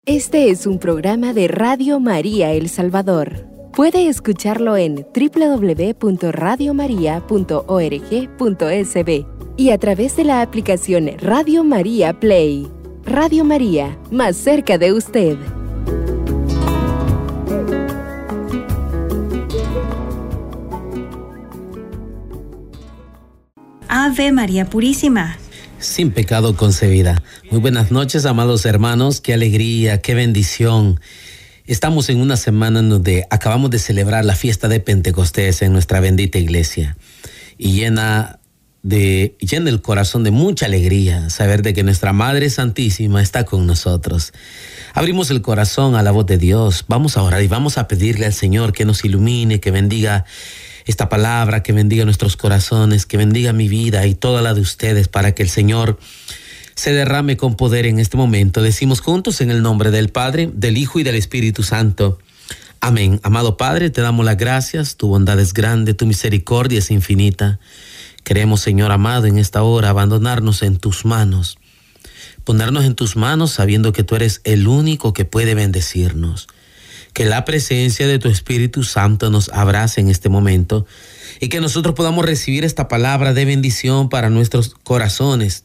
Este es un programa de Radio María El Salvador. Puede escucharlo en www.radiomaria.org.sb y a través de la aplicación Radio María Play. Radio María, más cerca de usted. Ave María Purísima, sin pecado concebida. Muy buenas noches, amados hermanos. Qué alegría, qué bendición. Estamos en una semana en donde acabamos de celebrar la fiesta de Pentecostés en nuestra bendita iglesia. Y llena el corazón de mucha alegría saber de que nuestra Madre Santísima está con nosotros. Abrimos el corazón a la voz de Dios. Vamos a orar y vamos a pedirle al Señor que nos ilumine, que bendiga esta palabra, que bendiga nuestros corazones, que bendiga mi vida y toda la de ustedes, para que el Señor se derrame con poder en este momento. Decimos juntos en el nombre del Padre, del Hijo y del Espíritu Santo. Amén. Amado Padre, te damos las gracias. Tu bondad es grande, tu misericordia es infinita. Queremos, Señor amado, en esta hora abandonarnos en tus manos. Ponernos en tus manos sabiendo que tú eres el único que puede bendecirnos. Que la presencia de tu Espíritu Santo nos abrace en este momento y que nosotros podamos recibir esta palabra de bendición para nuestros corazones.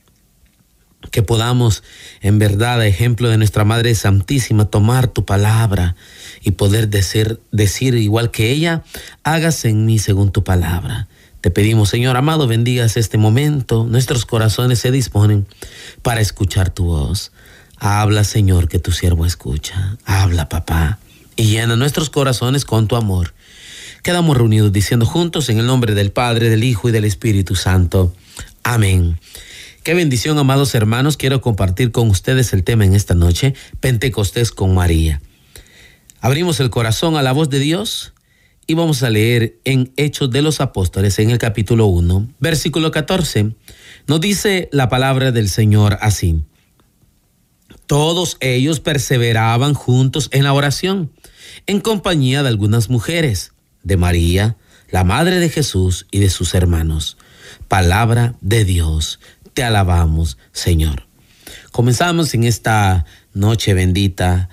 Que podamos, en verdad, a ejemplo de nuestra Madre Santísima, tomar tu palabra y poder decir igual que ella, hágase en mí según tu palabra. Te pedimos, Señor amado, bendigas este momento. Nuestros corazones se disponen para escuchar tu voz. Habla, Señor, que tu siervo escucha. Habla, papá, y llena nuestros corazones con tu amor. Quedamos reunidos diciendo juntos en el nombre del Padre, del Hijo y del Espíritu Santo. Amén. Qué bendición, amados hermanos. Quiero compartir con ustedes el tema en esta noche, Pentecostés con María. Abrimos el corazón a la voz de Dios y vamos a leer en Hechos de los Apóstoles, en el capítulo 1, versículo 14. Nos dice la palabra del Señor así: todos ellos perseveraban juntos en la oración, en compañía de algunas mujeres, de María, la madre de Jesús, y de sus hermanos. Palabra de Dios. Te alabamos, Señor. Comenzamos en esta noche bendita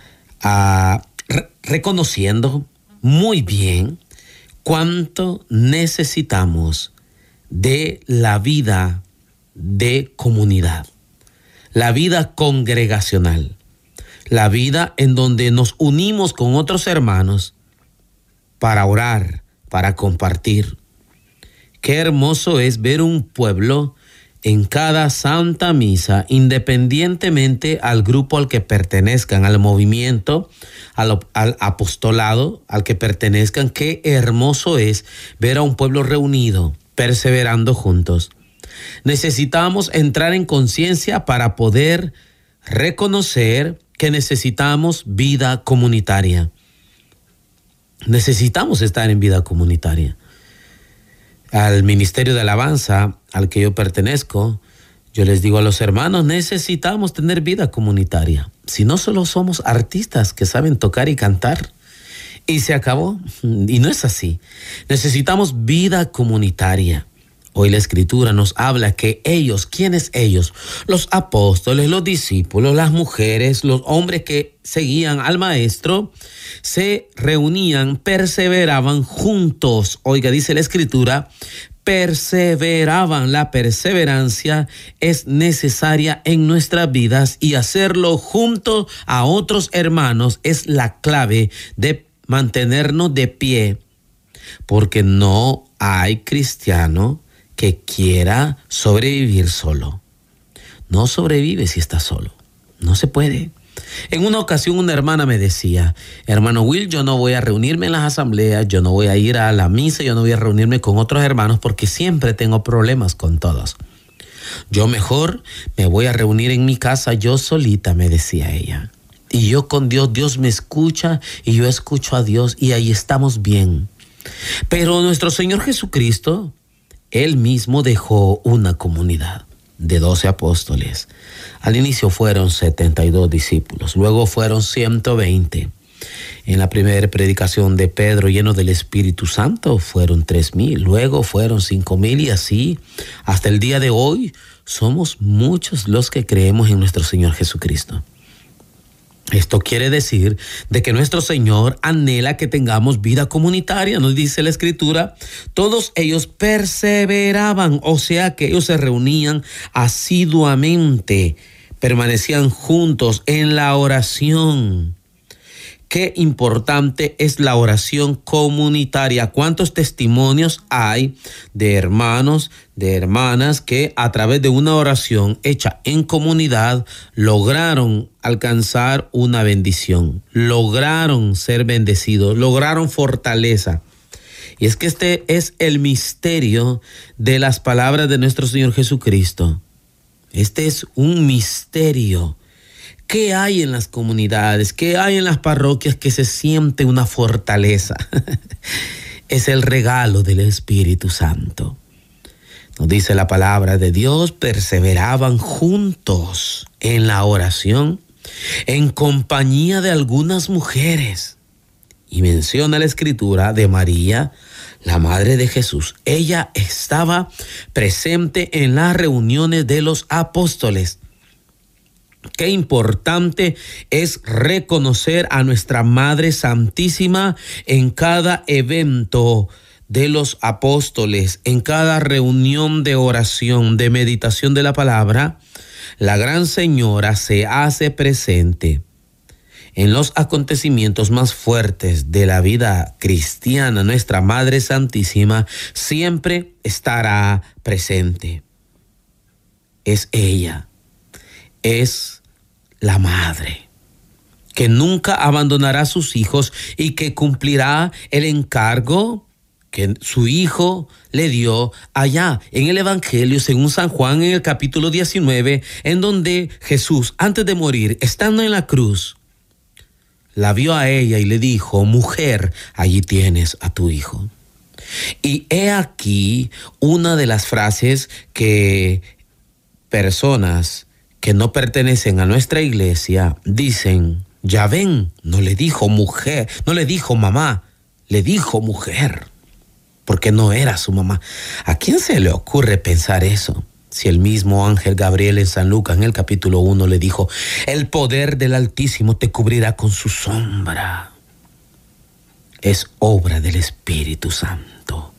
reconociendo muy bien cuánto necesitamos de la vida de comunidad. La vida congregacional, la vida en donde nos unimos con otros hermanos para orar, para compartir. Qué hermoso es ver un pueblo en cada santa misa, independientemente al grupo al que pertenezcan, al movimiento, al apostolado al que pertenezcan. Qué hermoso es ver a un pueblo reunido, perseverando juntos. Necesitamos entrar en conciencia para poder reconocer que necesitamos vida comunitaria. Necesitamos estar en vida comunitaria. Al Ministerio de Alabanza al que yo pertenezco, yo les digo a los hermanos, necesitamos tener vida comunitaria. Si no, solo somos artistas que saben tocar y cantar y se acabó. Y no es así. Necesitamos vida comunitaria. Hoy la Escritura nos habla que ellos, ¿quiénes ellos? Los apóstoles, los discípulos, las mujeres, los hombres que seguían al Maestro, se reunían, perseveraban juntos. Oiga, dice la Escritura, perseveraban. La perseverancia es necesaria en nuestras vidas y hacerlo junto a otros hermanos es la clave de mantenernos de pie, porque no hay cristiano que quiera sobrevivir solo. No sobrevive si está solo. No se puede. En una ocasión una hermana me decía, hermano Will, yo no voy a reunirme en las asambleas, yo no voy a ir a la misa, yo no voy a reunirme con otros hermanos porque siempre tengo problemas con todos. Yo mejor me voy a reunir en mi casa yo solita, me decía ella. Y yo con Dios, Dios me escucha y yo escucho a Dios y ahí estamos bien. Pero nuestro Señor Jesucristo, Él mismo dejó una comunidad de 12 apóstoles. Al inicio fueron 72 discípulos, luego fueron 120. En la primera predicación de Pedro, lleno del Espíritu Santo, fueron 3,000, luego fueron 5,000 y así hasta el día de hoy somos muchos los que creemos en nuestro Señor Jesucristo. Esto quiere decir de que nuestro Señor anhela que tengamos vida comunitaria, nos dice la Escritura. Todos ellos perseveraban, o sea que ellos se reunían asiduamente, permanecían juntos en la oración. Qué importante es la oración comunitaria. ¿Cuántos testimonios hay de hermanos, de hermanas que a través de una oración hecha en comunidad lograron alcanzar una bendición, lograron ser bendecidos, lograron fortaleza? Y es que este es el misterio de las palabras de nuestro Señor Jesucristo. Este es un misterio. ¿Qué hay en las comunidades? ¿Qué hay en las parroquias que se siente una fortaleza? Es el regalo del Espíritu Santo. Nos dice la palabra de Dios, perseveraban juntos en la oración, en compañía de algunas mujeres. Y menciona la Escritura de María, la madre de Jesús. Ella estaba presente en las reuniones de los apóstoles. Qué importante es reconocer a nuestra Madre Santísima en cada evento de los apóstoles, en cada reunión de oración, de meditación de la palabra. La Gran Señora se hace presente en los acontecimientos más fuertes de la vida cristiana. Nuestra Madre Santísima siempre estará presente. Es ella. Es la madre que nunca abandonará a sus hijos y que cumplirá el encargo que su hijo le dio allá en el Evangelio según San Juan en el capítulo 19, en donde Jesús, antes de morir, estando en la cruz, la vio a ella y le dijo: mujer, allí tienes a tu hijo. Y he aquí una de las frases que personas que no pertenecen a nuestra iglesia dicen: ya ven, no le dijo mujer, no le dijo mamá, le dijo mujer, porque no era su mamá. ¿A quién se le ocurre pensar eso? Si el mismo ángel Gabriel en San Lucas en el capítulo 1 le dijo: el poder del Altísimo te cubrirá con su sombra. Es obra del Espíritu Santo.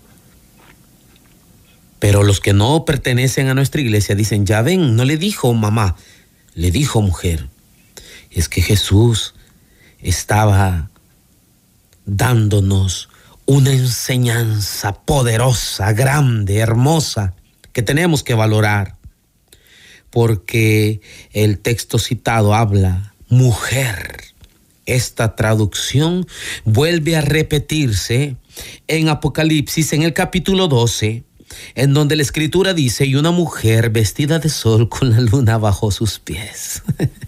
Pero los que no pertenecen a nuestra iglesia dicen: ya ven, no le dijo mamá, le dijo mujer. Es que Jesús estaba dándonos una enseñanza poderosa, grande, hermosa, que tenemos que valorar. Porque el texto citado habla mujer. Esta traducción vuelve a repetirse en Apocalipsis en el capítulo 12, en donde la Escritura dice: y una mujer vestida de sol con la luna bajo sus pies.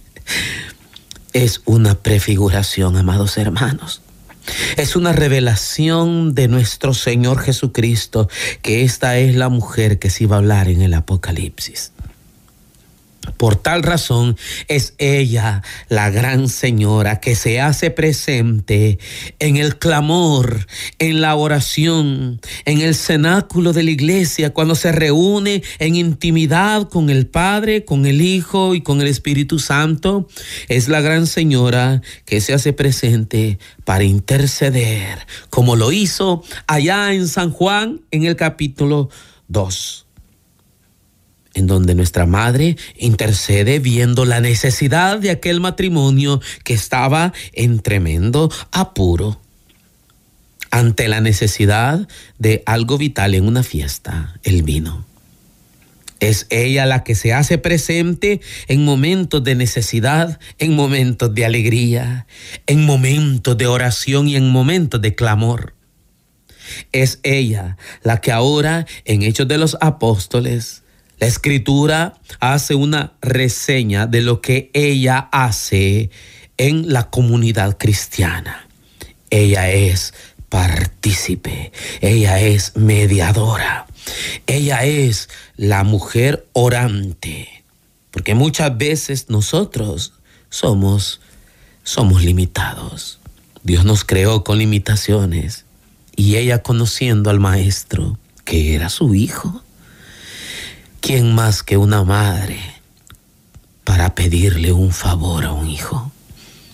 Es una prefiguración, amados hermanos. Es una revelación de nuestro Señor Jesucristo, que esta es la mujer que se iba a hablar en el Apocalipsis. Por tal razón es ella, la Gran Señora, que se hace presente en el clamor, en la oración, en el cenáculo de la iglesia, cuando se reúne en intimidad con el Padre, con el Hijo y con el Espíritu Santo. Es la Gran Señora que se hace presente para interceder, como lo hizo allá en San Juan en el capítulo 2. En donde nuestra madre intercede viendo la necesidad de aquel matrimonio que estaba en tremendo apuro, ante la necesidad de algo vital en una fiesta, el vino. Es ella la que se hace presente en momentos de necesidad, en momentos de alegría, en momentos de oración y en momentos de clamor. Es ella la que ahora en Hechos de los Apóstoles, la Escritura hace una reseña de lo que ella hace en la comunidad cristiana. Ella es partícipe, ella es mediadora, ella es la mujer orante, porque muchas veces nosotros somos limitados. Dios nos creó con limitaciones y ella, conociendo al Maestro, que era su hijo, ¿quién más que una madre para pedirle un favor a un hijo?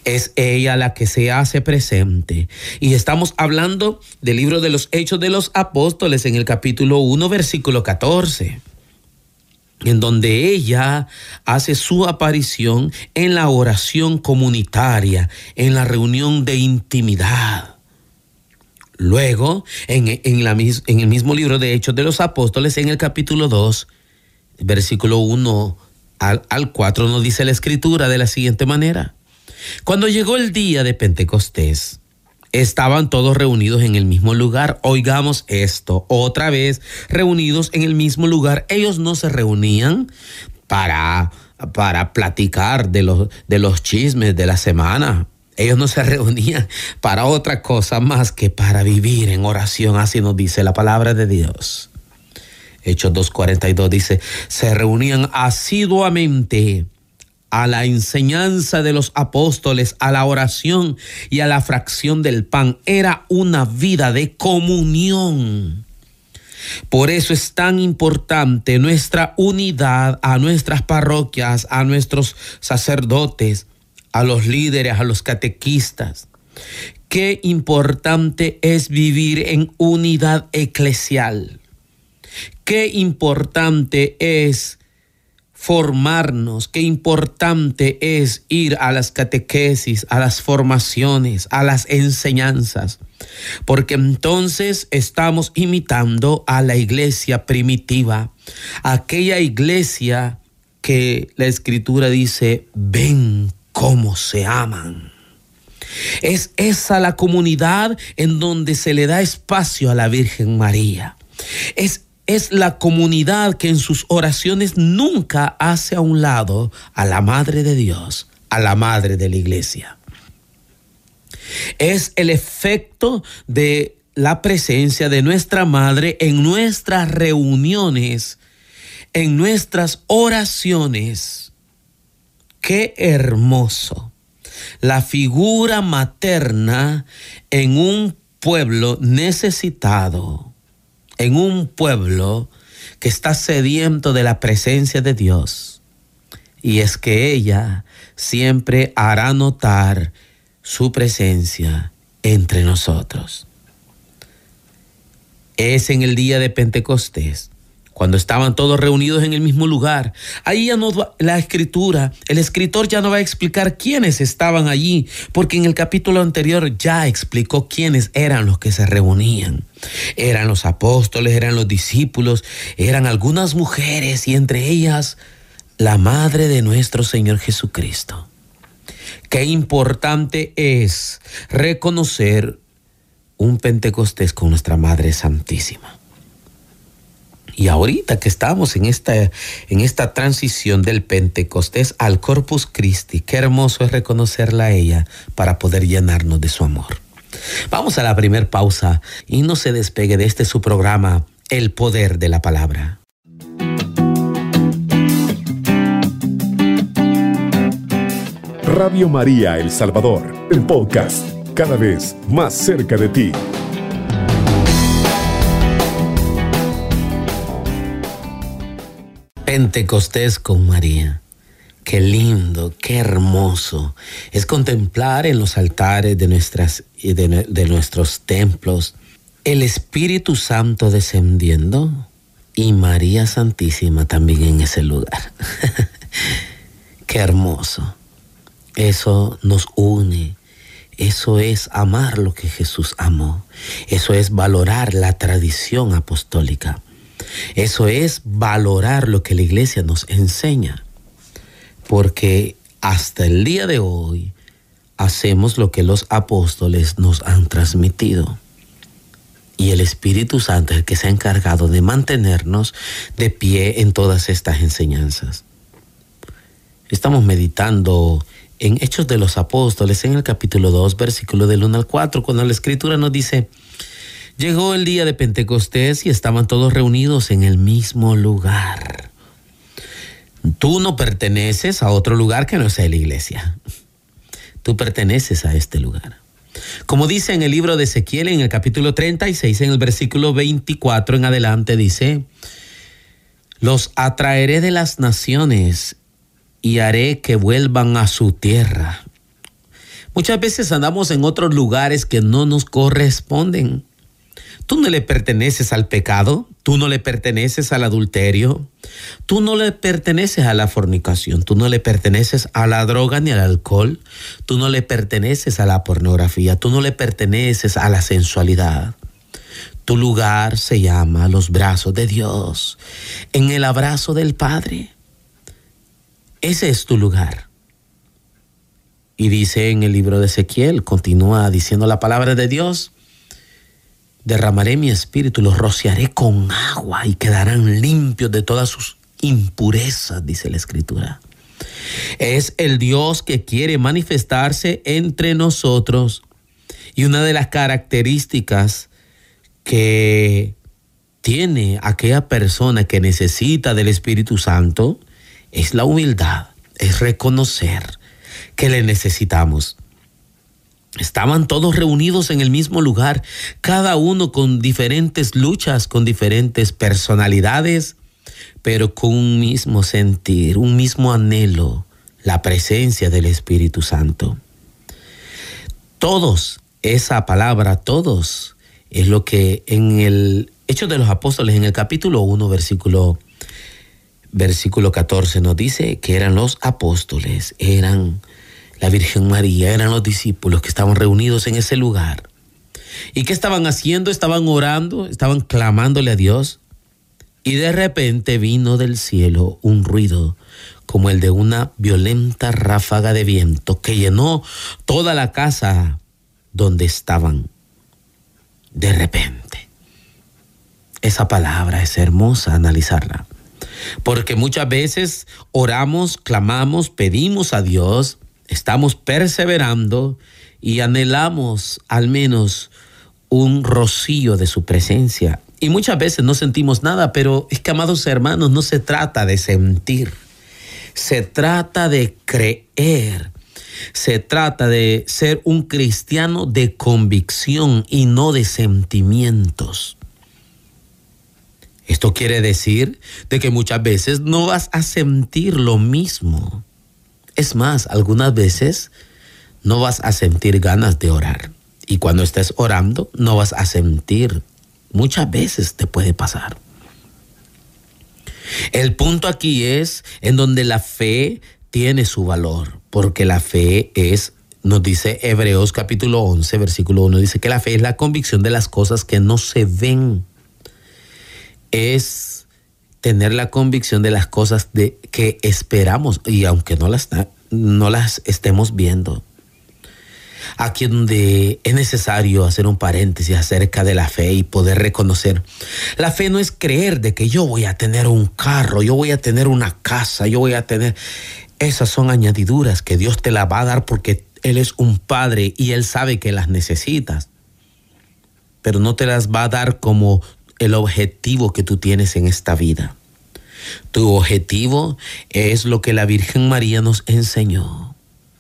Es ella la que se hace presente. Y estamos hablando del libro de los Hechos de los Apóstoles en el capítulo 1, versículo 14. En donde ella hace su aparición en la oración comunitaria, en la reunión de intimidad. Luego, en el mismo libro de Hechos de los Apóstoles, en el capítulo 2, versículo 1 al 4, nos dice la Escritura de la siguiente manera. Cuando llegó el día de Pentecostés, estaban todos reunidos en el mismo lugar. Oigamos esto, otra vez reunidos en el mismo lugar. Ellos no se reunían para platicar de los chismes de la semana. Ellos no se reunían para otra cosa más que para vivir en oración. Así nos dice la palabra de Dios. Hechos 2:42 dice, se reunían asiduamente a la enseñanza de los apóstoles, a la oración y a la fracción del pan. Era una vida de comunión. Por eso es tan importante nuestra unidad a nuestras parroquias, a nuestros sacerdotes, a los líderes, a los catequistas. Qué importante es vivir en unidad eclesial. Qué importante es formarnos, qué importante es ir a las catequesis, a las formaciones, a las enseñanzas, porque entonces estamos imitando a la iglesia primitiva, aquella iglesia que la Escritura dice, ven cómo se aman. Es esa la comunidad en donde se le da espacio a la Virgen María. Es la comunidad que en sus oraciones nunca hace a un lado a la Madre de Dios, a la Madre de la Iglesia. Es el efecto de la presencia de nuestra Madre en nuestras reuniones, en nuestras oraciones. ¡Qué hermoso! La figura materna en un pueblo necesitado, en un pueblo que está sediento de la presencia de Dios. Y es que ella siempre hará notar su presencia entre nosotros. Es en el día de Pentecostés, cuando estaban todos reunidos en el mismo lugar. Ahí ya no la Escritura, el escritor ya no va a explicar quiénes estaban allí, porque en el capítulo anterior ya explicó quiénes eran los que se reunían. Eran los apóstoles, eran los discípulos, eran algunas mujeres y entre ellas la madre de nuestro Señor Jesucristo. Qué importante es reconocer un Pentecostés con nuestra Madre Santísima. Y ahorita que estamos en esta transición del Pentecostés al Corpus Christi, qué hermoso es reconocerla a ella para poder llenarnos de su amor. Vamos a la primer pausa y no se despegue de este su programa, El Poder de la Palabra. Radio María El Salvador, el podcast, cada vez más cerca de ti. Pentecostés con María. Qué lindo, qué hermoso es contemplar en los altares de nuestros templos el Espíritu Santo descendiendo y María Santísima también en ese lugar. Qué hermoso. Eso nos une. Eso es amar lo que Jesús amó. Eso es valorar la tradición apostólica. Eso es valorar lo que la iglesia nos enseña. Porque hasta el día de hoy hacemos lo que los apóstoles nos han transmitido. Y el Espíritu Santo es el que se ha encargado de mantenernos de pie en todas estas enseñanzas. Estamos meditando en Hechos de los Apóstoles, en el capítulo 2, versículo del 1 al 4, cuando la Escritura nos dice: llegó el día de Pentecostés y estaban todos reunidos en el mismo lugar. Tú no perteneces a otro lugar que no sea la iglesia. Tú perteneces a este lugar. Como dice en el libro de Ezequiel, en el capítulo 36, en el versículo 24 en adelante, dice: los atraeré de las naciones y haré que vuelvan a su tierra. Muchas veces andamos en otros lugares que no nos corresponden. Tú no le perteneces al pecado, tú no le perteneces al adulterio, tú no le perteneces a la fornicación, tú no le perteneces a la droga ni al alcohol, tú no le perteneces a la pornografía, tú no le perteneces a la sensualidad. Tu lugar se llama los brazos de Dios, en el abrazo del Padre. Ese es tu lugar. Y dice en el libro de Ezequiel, continúa diciendo la palabra de Dios: derramaré mi espíritu y los rociaré con agua y quedarán limpios de todas sus impurezas, dice la Escritura. Es el Dios que quiere manifestarse entre nosotros. Y una de las características que tiene aquella persona que necesita del Espíritu Santo es la humildad, es reconocer que le necesitamos. Estaban todos reunidos en el mismo lugar, cada uno con diferentes luchas, con diferentes personalidades, pero con un mismo sentir, un mismo anhelo, la presencia del Espíritu Santo. Todos, esa palabra todos, es lo que en el Hechos de los Apóstoles, en el capítulo 1, versículo 14, nos dice que eran los apóstoles, eran la Virgen María, eran los discípulos que estaban reunidos en ese lugar. ¿Y qué estaban haciendo? Estaban orando, estaban clamándole a Dios. Y de repente vino del cielo un ruido como el de una violenta ráfaga de viento que llenó toda la casa donde estaban. De repente. Esa palabra es hermosa analizarla. Porque muchas veces oramos, clamamos, pedimos a Dios, estamos perseverando y anhelamos al menos un rocío de su presencia. Y muchas veces no sentimos nada, pero es que, amados hermanos, no se trata de sentir. Se trata de creer. Se trata de ser un cristiano de convicción y no de sentimientos. Esto quiere decir de que muchas veces no vas a sentir lo mismo. Es más, algunas veces no vas a sentir ganas de orar. Y cuando estés orando, no vas a sentir. Muchas veces te puede pasar. El punto aquí es en donde la fe tiene su valor. Porque la fe es, nos dice Hebreos capítulo 11, versículo 1, dice que la fe es la convicción de las cosas que no se ven. Es tener la convicción de las cosas que esperamos y aunque no las estemos viendo. Aquí donde es necesario hacer un paréntesis acerca de la fe y poder reconocer. La fe no es creer de que yo voy a tener un carro, yo voy a tener una casa, yo voy a tener... Esas son añadiduras que Dios te las va a dar porque Él es un Padre y Él sabe que las necesitas. Pero no te las va a dar como el objetivo que tú tienes en esta vida. Tu objetivo es lo que la Virgen María nos enseñó.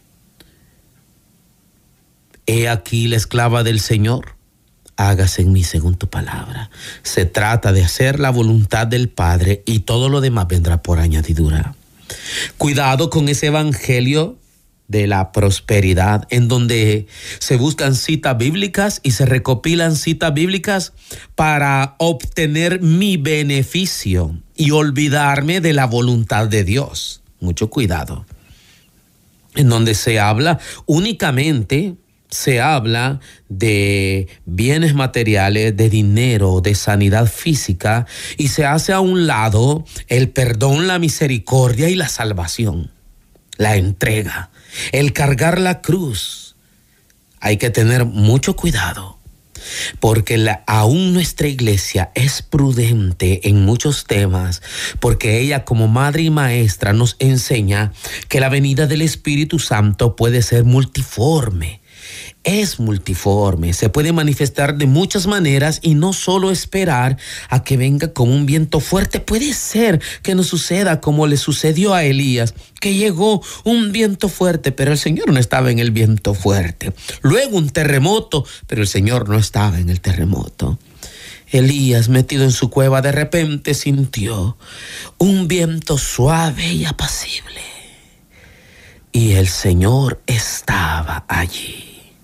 He aquí la esclava del Señor, hágase en mí según tu palabra. Se trata de hacer la voluntad del Padre y todo lo demás vendrá por añadidura. Cuidado con ese evangelio de la prosperidad en donde se buscan citas bíblicas y se recopilan citas bíblicas para obtener mi beneficio y olvidarme de la voluntad de Dios. Mucho cuidado. En donde se habla únicamente, se habla de bienes materiales, de dinero, de sanidad física y se hace a un lado el perdón, la misericordia y la salvación, la entrega, el cargar la cruz. Hay que tener mucho cuidado porque aún nuestra iglesia es prudente en muchos temas porque ella como madre y maestra nos enseña que la venida del Espíritu Santo puede ser multiforme. Es multiforme, se puede manifestar de muchas maneras y no solo esperar a que venga como un viento fuerte. Puede ser que nos suceda como le sucedió a Elías, que llegó un viento fuerte, pero el Señor no estaba en el viento fuerte. Luego un terremoto, pero el Señor no estaba en el terremoto. Elías, metido en su cueva, de repente sintió un viento suave y apacible. y el Señor estaba allí.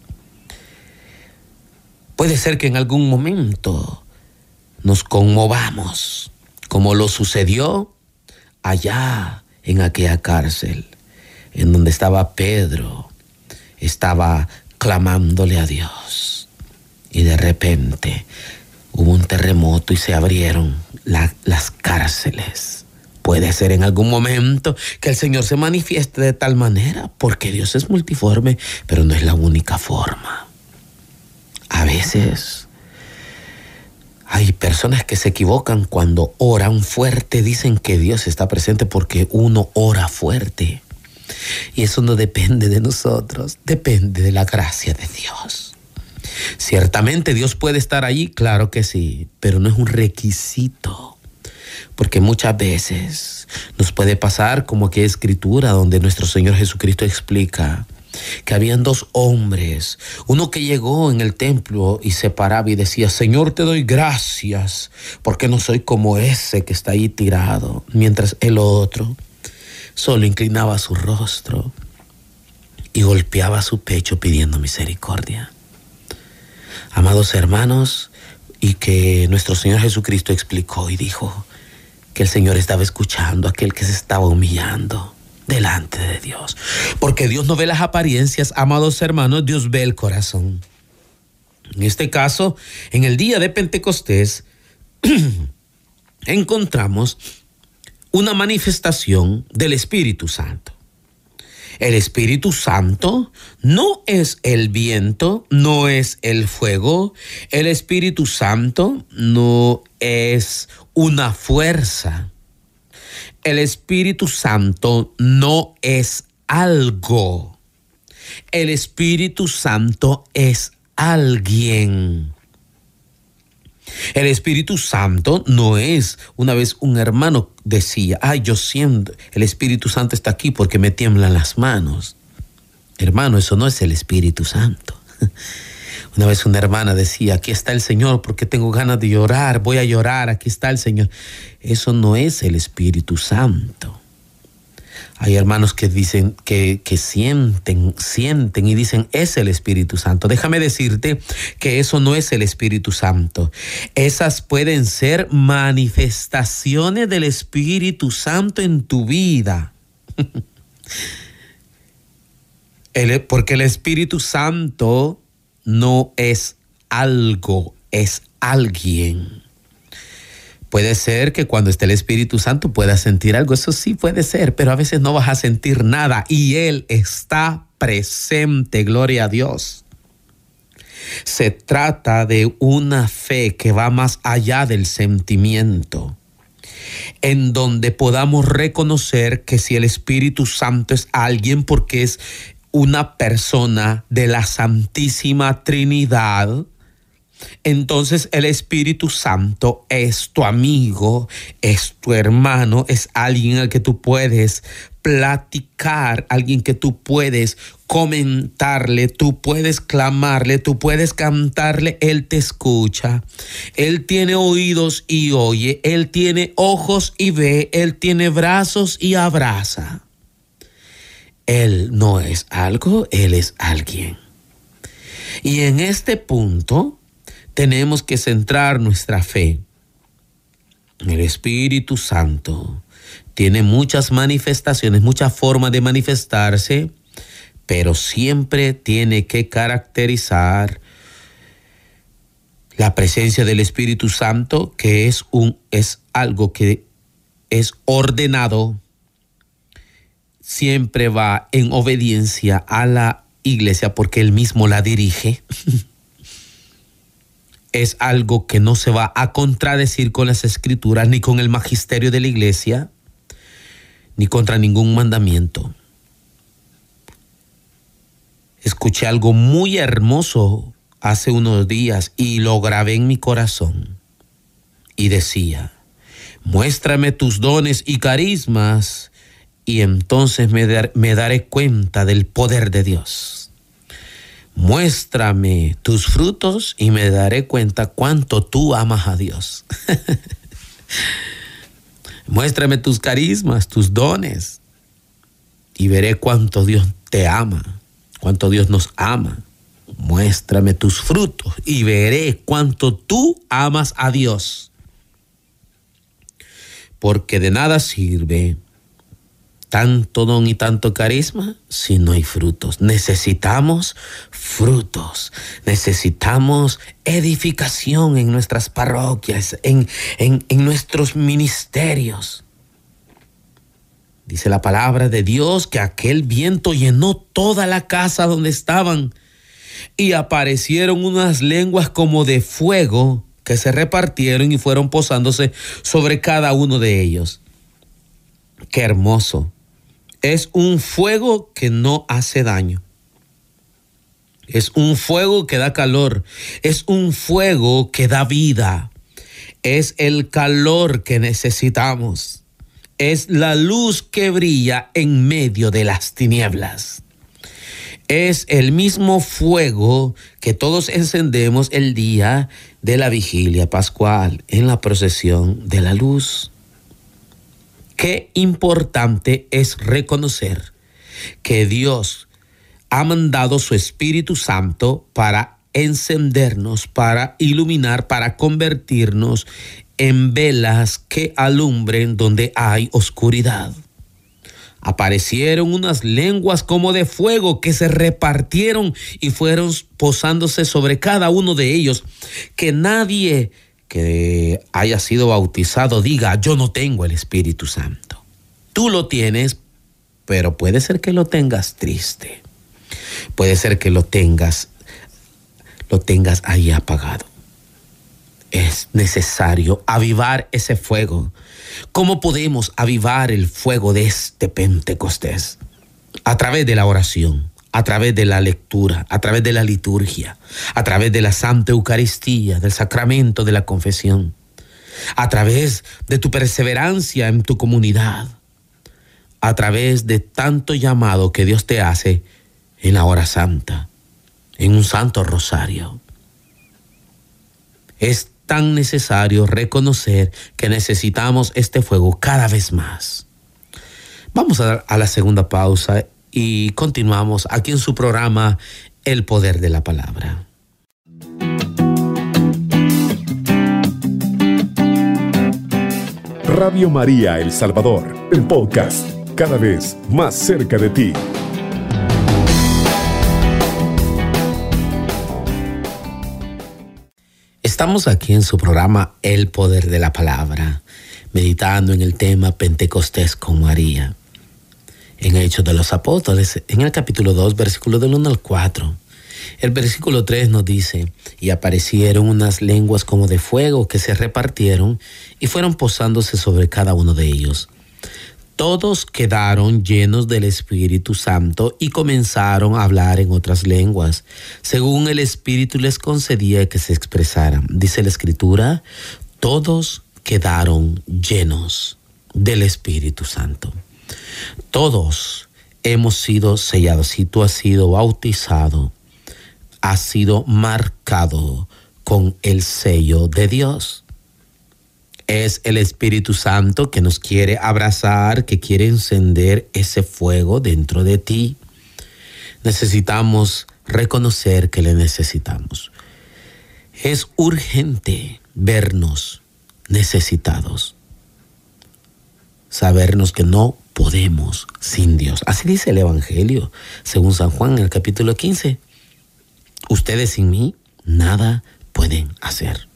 Puede ser que en algún momento nos conmovamos, como lo sucedió allá en aquella cárcel, en donde estaba Pedro, estaba clamándole a Dios. Y de repente hubo un terremoto y se abrieron las cárceles. Puede ser en algún momento que el Señor se manifieste de tal manera, porque Dios es multiforme, pero no es la única forma. A veces hay personas que se equivocan cuando oran fuerte, dicen que Dios está presente porque uno ora fuerte. Y eso no depende de nosotros, depende de la gracia de Dios. Ciertamente Dios puede estar allí, claro que sí, pero no es un requisito. Porque muchas veces nos puede pasar como aquella escritura donde nuestro Señor Jesucristo explica que habían dos hombres, uno que llegó en el templo y se paraba y decía: Señor, te doy gracias porque no soy como ese que está ahí tirado, mientras el otro solo inclinaba su rostro y golpeaba su pecho pidiendo misericordia. Amados hermanos, y que nuestro Señor Jesucristo explicó y dijo que el Señor estaba escuchando a aquel que se estaba humillando delante de Dios. Porque Dios no ve las apariencias, amados hermanos, Dios ve el corazón. En este caso, en el día de Pentecostés, encontramos una manifestación del Espíritu Santo. El Espíritu Santo no es el viento, no es el fuego. El Espíritu Santo no es una fuerza. El Espíritu Santo no es algo. El Espíritu Santo es alguien. El Espíritu Santo no es, una vez un hermano decía: ay, yo siento, el Espíritu Santo está aquí porque me tiemblan las manos. Hermano, eso no es el Espíritu Santo. Una vez una hermana decía: aquí está el Señor porque tengo ganas de llorar, voy a llorar, aquí está el Señor. Eso no es el Espíritu Santo. Hay hermanos que dicen que sienten y dicen: es el Espíritu Santo. Déjame decirte que eso no es el Espíritu Santo. Esas pueden ser manifestaciones del Espíritu Santo en tu vida. Porque el Espíritu Santo no es algo, es alguien. Puede ser que cuando esté el Espíritu Santo puedas sentir algo, eso sí puede ser, pero a veces no vas a sentir nada y Él está presente, gloria a Dios. Se trata de una fe que va más allá del sentimiento, en donde podamos reconocer que si el Espíritu Santo es alguien, porque es una persona de la Santísima Trinidad, entonces el Espíritu Santo es tu amigo, es tu hermano, es alguien al que tú puedes platicar, alguien que tú puedes comentarle, tú puedes clamarle, tú puedes cantarle. Él te escucha, Él tiene oídos y oye, Él tiene ojos y ve, Él tiene brazos y abraza. Él no es algo, Él es alguien. Y en este punto tenemos que centrar nuestra fe. El Espíritu Santo tiene muchas manifestaciones, muchas formas de manifestarse, pero siempre tiene que caracterizar la presencia del Espíritu Santo, que es algo que es ordenado, siempre va en obediencia a la iglesia porque Él mismo la dirige. Es algo que no se va a contradecir con las Escrituras, ni con el magisterio de la iglesia, ni contra ningún mandamiento. Escuché algo muy hermoso hace unos días y lo grabé en mi corazón. Y decía: muéstrame tus dones y carismas y entonces me daré cuenta del poder de Dios. Muéstrame tus frutos y me daré cuenta cuánto tú amas a Dios. Muéstrame tus carismas, tus dones. y veré cuánto Dios te ama, cuánto Dios nos ama. Muéstrame tus frutos y veré cuánto tú amas a Dios. Porque de nada sirve tanto don y tanto carisma si no hay frutos. Necesitamos frutos. Necesitamos edificación en nuestras parroquias, en nuestros ministerios. Dice la palabra de Dios que aquel viento llenó toda la casa donde estaban y aparecieron unas lenguas como de fuego que se repartieron y fueron posándose sobre cada uno de ellos. Qué hermoso. Es un fuego que no hace daño. Es un fuego que da calor. Es un fuego que da vida. Es el calor que necesitamos. Es la luz que brilla en medio de las tinieblas. Es el mismo fuego que todos encendemos el día de la vigilia pascual en la procesión de la luz. Qué importante es reconocer que Dios ha mandado su Espíritu Santo para encendernos, para iluminar, para convertirnos en velas que alumbren donde hay oscuridad. Aparecieron unas lenguas como de fuego que se repartieron y fueron posándose sobre cada uno de ellos. Que nadie que haya sido bautizado diga, yo no tengo el Espíritu Santo. Tú lo tienes, pero puede ser que lo tengas triste. Puede ser que lo tengas ahí apagado. Es necesario avivar ese fuego. ¿Cómo podemos avivar el fuego de este Pentecostés? A través de la oración, a través de la lectura, a través de la liturgia, a través de la Santa Eucaristía, del sacramento de la confesión, a través de tu perseverancia en tu comunidad, a través de tanto llamado que Dios te hace en la hora santa, en un santo rosario. Es tan necesario reconocer que necesitamos este fuego cada vez más. Vamos a dar a la segunda pausa y continuamos aquí en su programa El Poder de la Palabra. Radio María El Salvador, el podcast, cada vez más cerca de ti. Estamos aquí en su programa El Poder de la Palabra, meditando en el tema Pentecostés con María. En Hechos de los Apóstoles, en el capítulo 2, versículo del 1 al 4. El versículo 3 nos dice, y aparecieron unas lenguas como de fuego que se repartieron y fueron posándose sobre cada uno de ellos. Todos quedaron llenos del Espíritu Santo y comenzaron a hablar en otras lenguas, según el Espíritu les concedía que se expresaran. Dice la Escritura, todos quedaron llenos del Espíritu Santo. Todos hemos sido sellados. Si tú has sido bautizado, has sido marcado con el sello de Dios. Es el Espíritu Santo que nos quiere abrazar, que quiere encender ese fuego dentro de ti. Necesitamos reconocer que le necesitamos. Es urgente vernos necesitados. Sabernos que no podemos sin Dios. Así dice el Evangelio, según San Juan en el capítulo 15. Ustedes sin mí nada pueden hacer.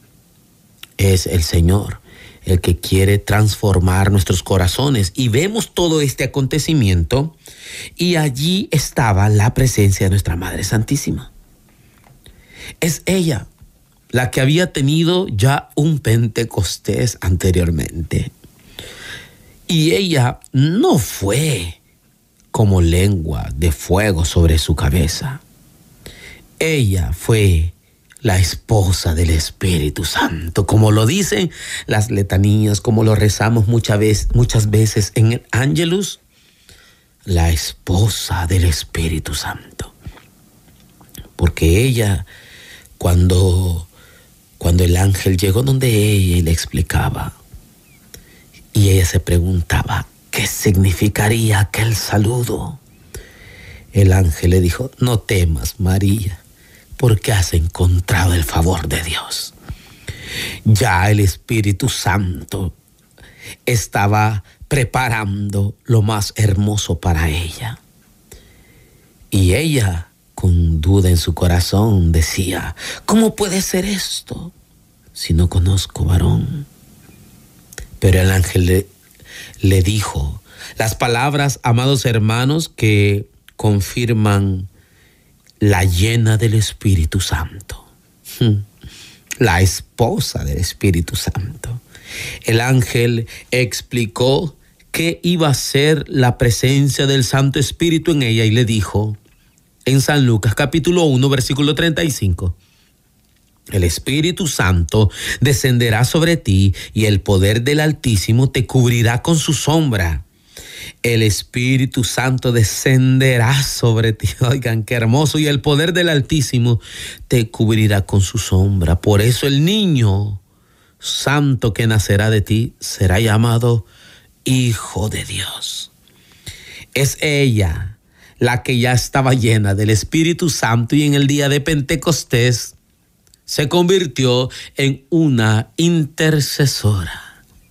Es el Señor el que quiere transformar nuestros corazones. Y vemos todo este acontecimiento y allí estaba la presencia de nuestra Madre Santísima. Es ella la que había tenido ya un Pentecostés anteriormente. Y ella no fue como lengua de fuego sobre su cabeza. Ella fue la esposa del Espíritu Santo, como lo dicen las letanías, como lo rezamos muchas veces en el Ángelus, la esposa del Espíritu Santo. Porque ella, cuando el ángel llegó donde ella y le explicaba, y ella se preguntaba, ¿qué significaría aquel saludo? El ángel le dijo: no temas, María, porque has encontrado el favor de Dios. Ya el Espíritu Santo estaba preparando lo más hermoso para ella. Y ella, con duda en su corazón, decía: ¿cómo puede ser esto si no conozco varón? Pero el ángel le dijo las palabras, amados hermanos, que confirman la llena del Espíritu Santo, la esposa del Espíritu Santo. El ángel explicó qué iba a ser la presencia del Santo Espíritu en ella y le dijo en San Lucas capítulo 1 versículo 35: el Espíritu Santo descenderá sobre ti y el poder del Altísimo te cubrirá con su sombra. El Espíritu Santo descenderá sobre ti. Oigan, qué hermoso. Y el poder del Altísimo te cubrirá con su sombra. Por eso el niño santo que nacerá de ti será llamado Hijo de Dios. Es ella la que ya estaba llena del Espíritu Santo y en el día de Pentecostés se convirtió en una intercesora.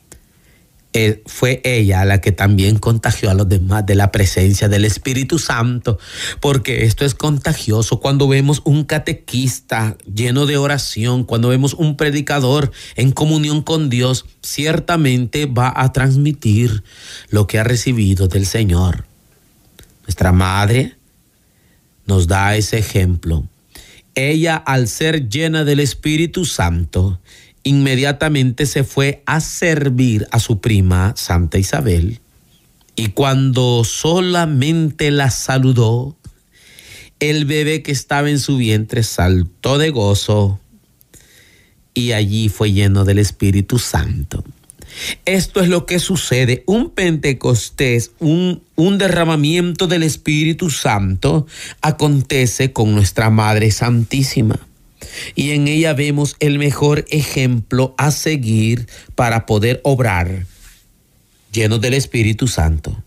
Fue ella la que también contagió a los demás de la presencia del Espíritu Santo, porque esto es contagioso. Cuando vemos un catequista lleno de oración, cuando vemos un predicador en comunión con Dios, ciertamente va a transmitir lo que ha recibido del Señor. Nuestra madre nos da ese ejemplo. Ella, al ser llena del Espíritu Santo, inmediatamente se fue a servir a su prima Santa Isabel, y cuando solamente la saludó, el bebé que estaba en su vientre saltó de gozo y allí fue lleno del Espíritu Santo. Esto es lo que sucede. Un Pentecostés, un derramamiento del Espíritu Santo acontece con nuestra Madre Santísima. Y en ella vemos el mejor ejemplo a seguir para poder obrar llenos del Espíritu Santo.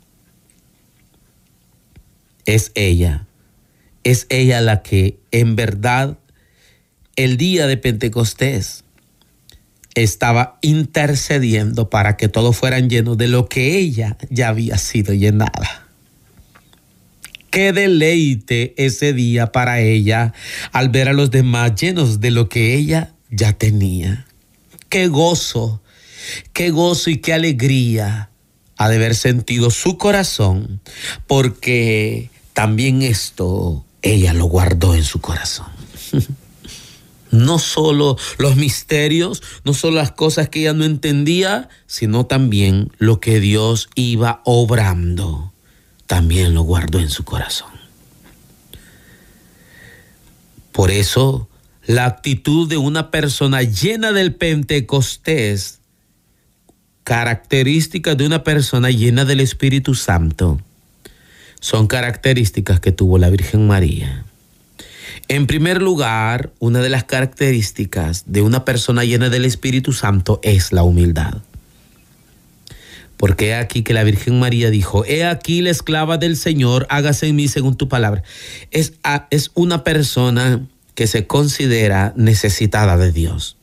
Es ella la que en verdad el día de Pentecostés estaba intercediendo para que todos fueran llenos de lo que ella ya había sido llenada. Qué deleite ese día para ella al ver a los demás llenos de lo que ella ya tenía. Qué gozo y qué alegría ha de haber sentido su corazón, porque también esto ella lo guardó en su corazón. No solo los misterios, no solo las cosas que ella no entendía, sino también lo que Dios iba obrando. También lo guardó en su corazón. Por eso, la actitud de una persona llena del Pentecostés, características de una persona llena del Espíritu Santo, son características que tuvo la Virgen María. En primer lugar, una de las características de una persona llena del Espíritu Santo es la humildad. Porque he aquí que la Virgen María dijo: he aquí la esclava del Señor, hágase en mí según tu palabra. Es una persona que se considera necesitada de Dios.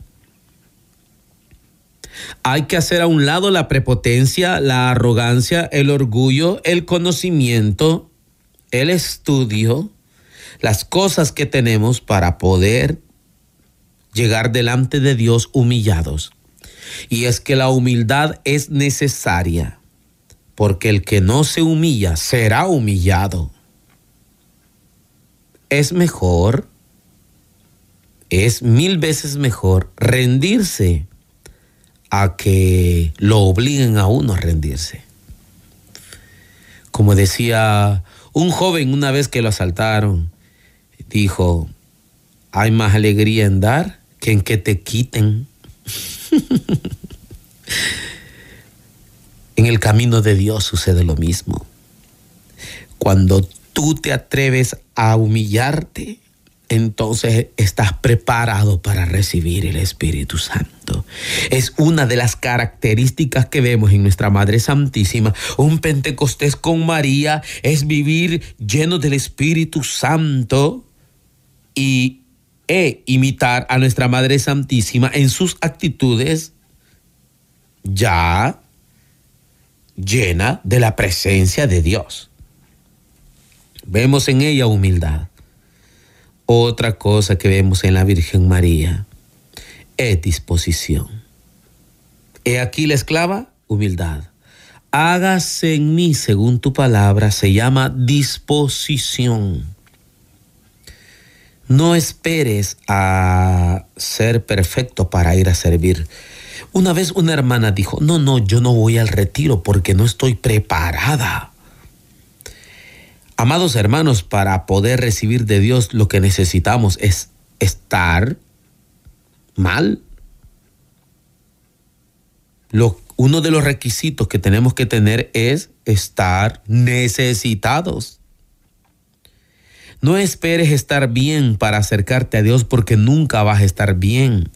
Hay que hacer a un lado la prepotencia, la arrogancia, el orgullo, el conocimiento, el estudio, las cosas que tenemos para poder llegar delante de Dios humillados. Y es que la humildad es necesaria, porque el que no se humilla será humillado. Es mejor, es 1000 veces mejor rendirse a que lo obliguen a uno a rendirse. Como decía un joven una vez que lo asaltaron, dijo: hay más alegría en dar que en que te quiten. En el camino de Dios sucede lo mismo. Cuando tú te atreves a humillarte, entonces estás preparado para recibir el Espíritu Santo. Es una de las características que vemos en nuestra Madre Santísima. Un Pentecostés con María es vivir lleno del Espíritu Santo e imitar a nuestra Madre Santísima en sus actitudes, ya llena de la presencia de Dios. Vemos en ella humildad. Otra cosa que vemos en la Virgen María es disposición. He aquí la esclava, humildad. Hágase en mí según tu palabra, se llama disposición. No esperes a ser perfecto para ir a servir. Una vez una hermana dijo, no, yo no voy al retiro porque no estoy preparada. Amados hermanos, para poder recibir de Dios lo que necesitamos es estar mal. Uno de los requisitos que tenemos que tener es estar necesitados. No esperes estar bien para acercarte a Dios porque nunca vas a estar bien.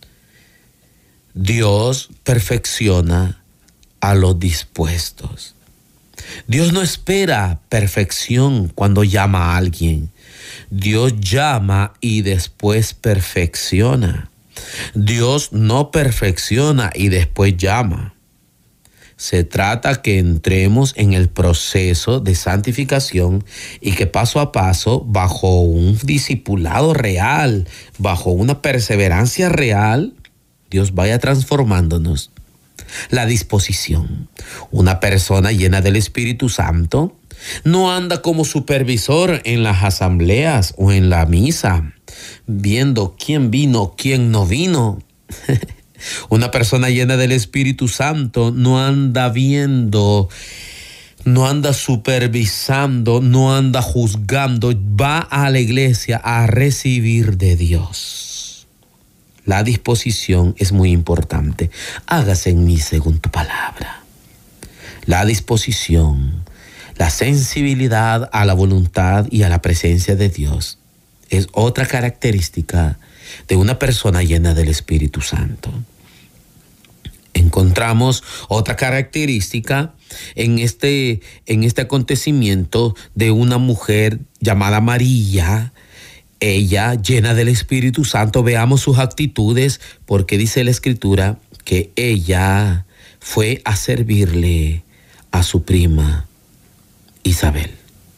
Dios perfecciona a los dispuestos. Dios no espera perfección cuando llama a alguien. Dios llama y después perfecciona. Dios no perfecciona y después llama. Se trata que entremos en el proceso de santificación y que paso a paso, bajo un discipulado real, bajo una perseverancia real, Dios vaya transformándonos. La disposición. Una persona llena del Espíritu Santo no anda como supervisor en las asambleas o en la misa, viendo quién vino, quién no vino. Una persona llena del Espíritu Santo no anda viendo, no anda supervisando, no anda juzgando, va a la iglesia a recibir de Dios. La disposición es muy importante. Hágase en mí según tu palabra. La disposición, la sensibilidad a la voluntad y a la presencia de Dios es otra característica de una persona llena del Espíritu Santo. Encontramos otra característica en este acontecimiento de una mujer llamada María. Ella, llena del Espíritu Santo, veamos sus actitudes, porque dice la Escritura que ella fue a servirle a su prima Isabel.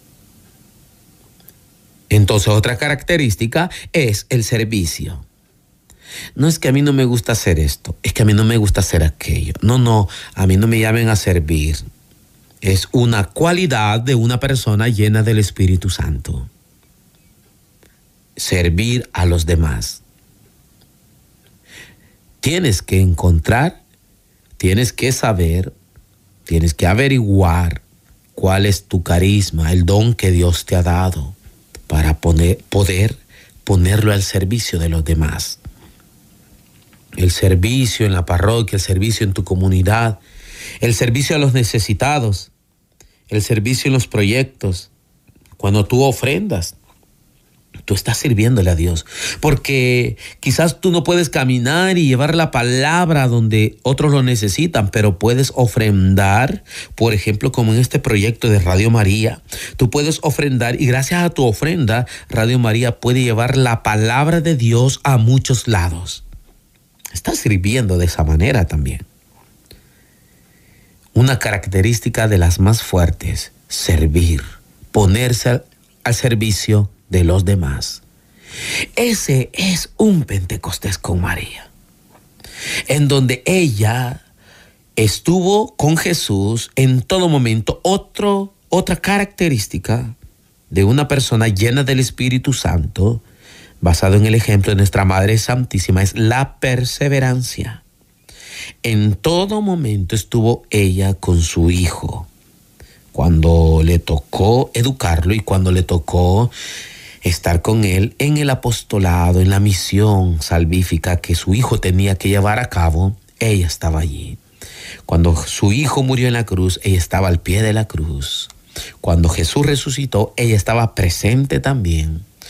Entonces, otra característica es el servicio. No es que a mí no me gusta hacer esto, es que a mí no me gusta hacer aquello. No, a mí no me llamen a servir. Es una cualidad de una persona llena del Espíritu Santo. Servir a los demás. Tienes que encontrar, tienes que saber, tienes que averiguar cuál es tu carisma, el don que Dios te ha dado para poder ponerlo al servicio de los demás. El servicio en la parroquia, el servicio en tu comunidad, el servicio a los necesitados, el servicio en los proyectos. Cuando tú ofrendas, tú estás sirviéndole a Dios, porque quizás tú no puedes caminar y llevar la palabra donde otros lo necesitan, pero puedes ofrendar, por ejemplo, como en este proyecto de Radio María. Tú puedes ofrendar y gracias a tu ofrenda, Radio María puede llevar la palabra de Dios a muchos lados. Estás sirviendo de esa manera también. Una característica de las más fuertes, servir, ponerse al servicio de los demás. Ese es un Pentecostés con María, en donde ella estuvo con Jesús en todo momento. Otra característica de una persona llena del Espíritu Santo, basado en el ejemplo de nuestra Madre Santísima, es la perseverancia. En todo momento estuvo ella con su hijo, cuando le tocó educarlo y cuando le tocó estar con él en el apostolado, en la misión salvífica que su hijo tenía que llevar a cabo, ella estaba allí. Cuando su hijo murió en la cruz, ella estaba al pie de la cruz. Cuando Jesús resucitó, ella estaba presente también.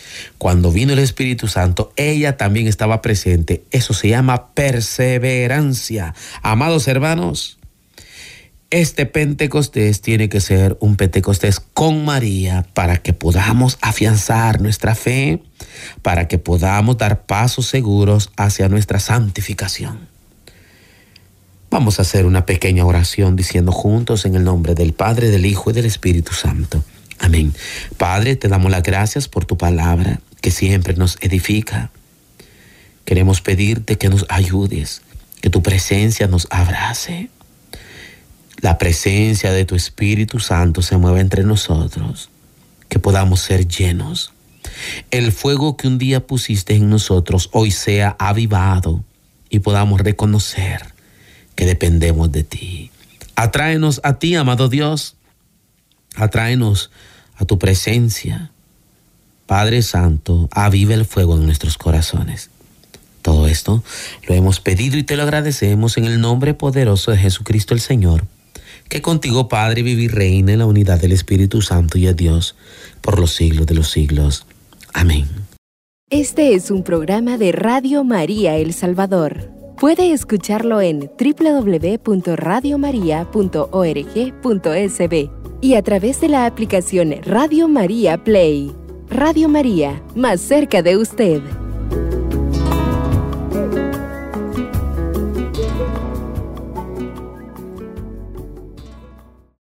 Cuando vino el Espíritu Santo, ella también estaba presente. Eso se llama perseverancia. Amados hermanos, este Pentecostés tiene que ser un Pentecostés con María para que podamos afianzar nuestra fe, para que podamos dar pasos seguros hacia nuestra santificación. Vamos a hacer una pequeña oración diciendo juntos en el nombre del Padre, del Hijo y del Espíritu Santo. Amén. Padre, te damos las gracias por tu palabra que siempre nos edifica. Queremos pedirte que nos ayudes, que tu presencia nos abrace. La presencia de tu Espíritu Santo se mueva entre nosotros, que podamos ser llenos. El fuego que un día pusiste en nosotros hoy sea avivado y podamos reconocer que dependemos de ti. Atráenos a ti, amado Dios. Atráenos a tu presencia. Padre Santo, aviva el fuego en nuestros corazones. Todo esto lo hemos pedido y te lo agradecemos en el nombre poderoso de Jesucristo el Señor, que contigo, Padre, vive y reina en la unidad del Espíritu Santo y es Dios por los siglos de los siglos. Amén. Este es un programa de Radio María El Salvador. Puede escucharlo en www.radiomaria.org.sb y a través de la aplicación Radio María Play. Radio María, más cerca de usted.